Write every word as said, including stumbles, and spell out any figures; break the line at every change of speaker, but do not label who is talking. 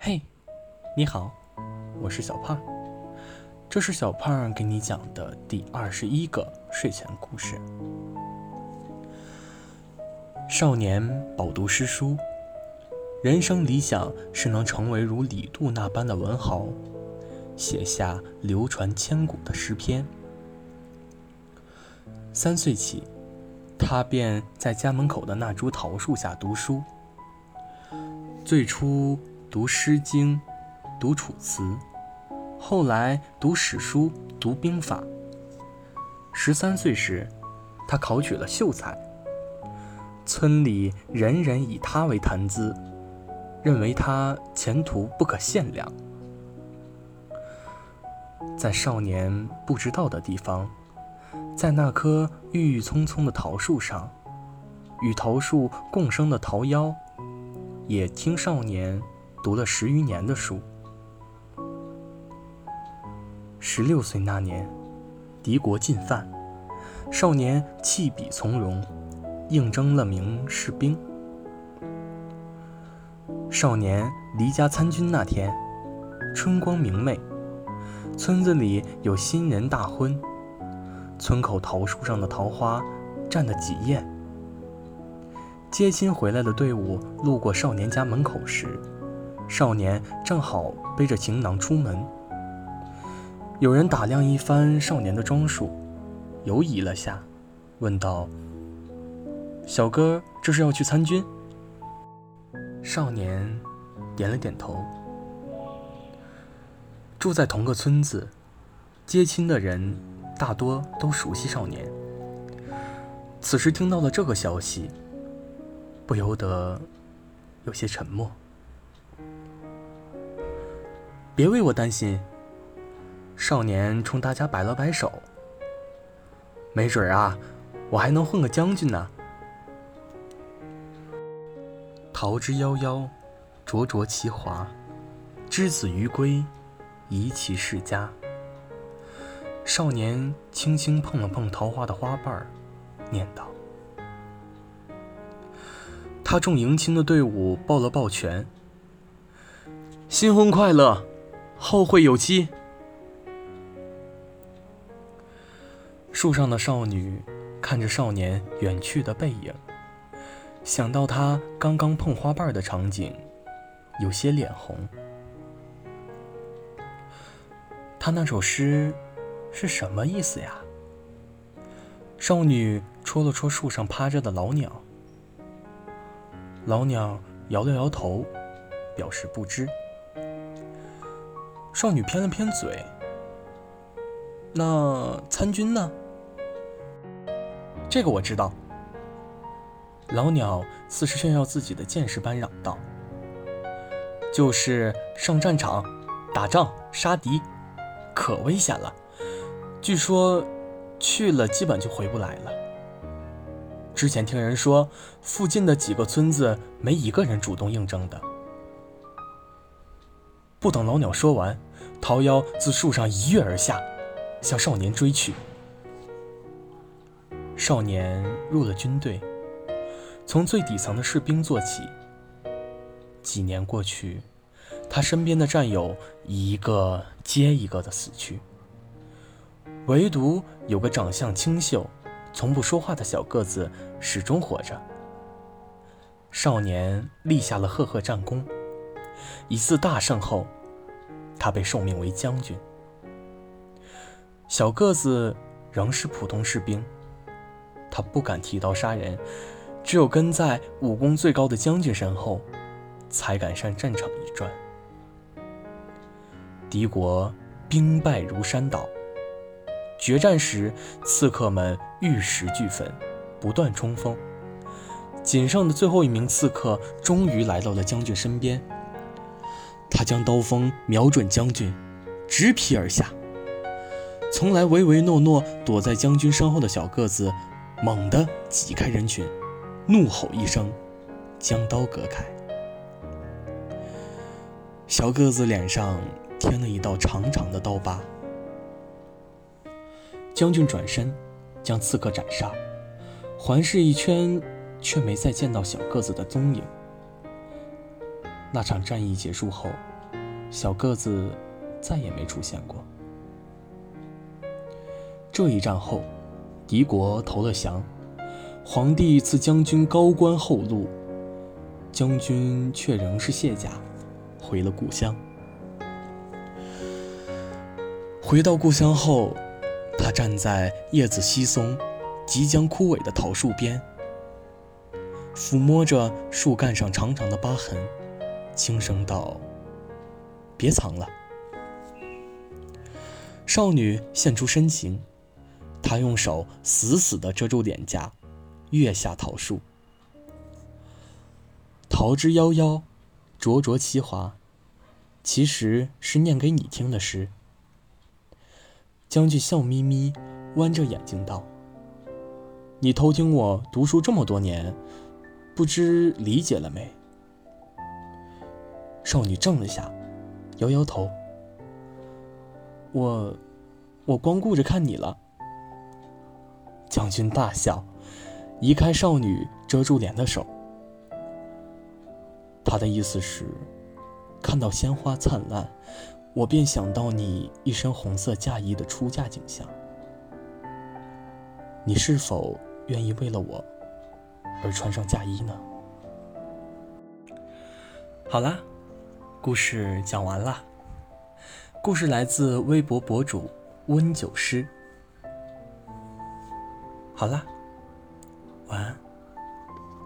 嘿，你好，我是小胖，这是小胖给你讲的第二十一个睡前故事。少年饱读诗书，人生理想是能成为如李杜那般的文豪，写下流传千古的诗篇。三岁起，他便在家门口的那株桃树下读书。最初读《诗经》，读《楚辞》，后来读史书，读兵法。十三岁时，他考取了秀才。村里人人以他为谈资，认为他前途不可限量。在少年不知道的地方，在那棵郁郁葱葱的桃树上，与桃树共生的桃夭，也听少年读了十余年的书。十六岁那年，敌国进犯，少年弃笔从戎，应征了名士兵。少年离家参军那天，春光明媚，村子里有新人大婚，村口桃树上的桃花绽得极艳。接亲回来的队伍路过少年家门口时，少年正好背着行囊出门。有人打量一番少年的装束，犹疑了下，问道：“小哥，这是要去参军？”少年点了点头。住在同个村子，接亲的人大多都熟悉少年。此时听到了这个消息，不由得有些沉默。别为我担心，少年冲大家摆了摆手，没准啊，我还能混个将军呢。桃之夭夭，灼灼其华，之子于归，宜其室家。少年轻轻碰了碰桃花的花瓣，念道。他冲迎亲的队伍抱了抱拳：“新婚快乐，后会有期。”树上的少女看着少年远去的背影，想到他刚刚碰花瓣的场景，有些脸红。他那首诗是什么意思呀？少女戳了戳树上趴着的老鸟。老鸟摇了摇头，表示不知。少女偏了偏嘴：“那参军呢？”“这个我知道。”老鸟似是炫耀自己的见识般嚷道：“就是上战场，打仗杀敌，可危险了。据说去了基本就回不来了。之前听人说，附近的几个村子没一个人主动应征的。”不等老鸟说完，桃夭自树上一跃而下，向少年追去。少年入了军队，从最底层的士兵做起。几年过去，他身边的战友一个接一个的死去，唯独有个长相清秀，从不说话的小个子始终活着。少年立下了赫赫战功，一次大胜后，他被受命为将军。小个子仍是普通士兵，他不敢提刀杀人，只有跟在武功最高的将军身后，才敢上战场一转。敌国兵败如山倒，决战时，刺客们玉石俱焚，不断冲锋。仅剩的最后一名刺客终于来到了将军身边，他将刀锋瞄准将军，直劈而下。从来唯唯诺诺躲在将军身后的小个子猛地挤开人群，怒吼一声，将刀割开。小个子脸上添了一道长长的刀疤。将军转身将刺客斩杀，环视一圈，却没再见到小个子的踪影。那场战役结束后， 小个子再也没出现过。这一战后，敌国投了降，皇帝赐将军高官厚禄，将军却仍是卸甲，回了故乡。回到故乡后，他站在叶子稀松、即将枯萎的桃树边，抚摸着树干上长长的疤痕，轻声道：“别藏了。”少女现出深情，她用手死死地遮住脸颊，跃下桃树。桃之夭夭，灼灼其华，其实是念给你听的诗。将军笑眯眯，弯着眼睛道：“你偷听我读书这么多年，不知理解了没？”少女怔了下，摇摇头：“我，我光顾着看你了。”将军大笑，移开少女遮住脸的手。他的意思是，看到鲜花灿烂，我便想到你一身红色嫁衣的出嫁景象。你是否愿意为了我而穿上嫁衣呢？好啦，故事讲完啦。故事来自微博博主温酒诗。好啦，晚安。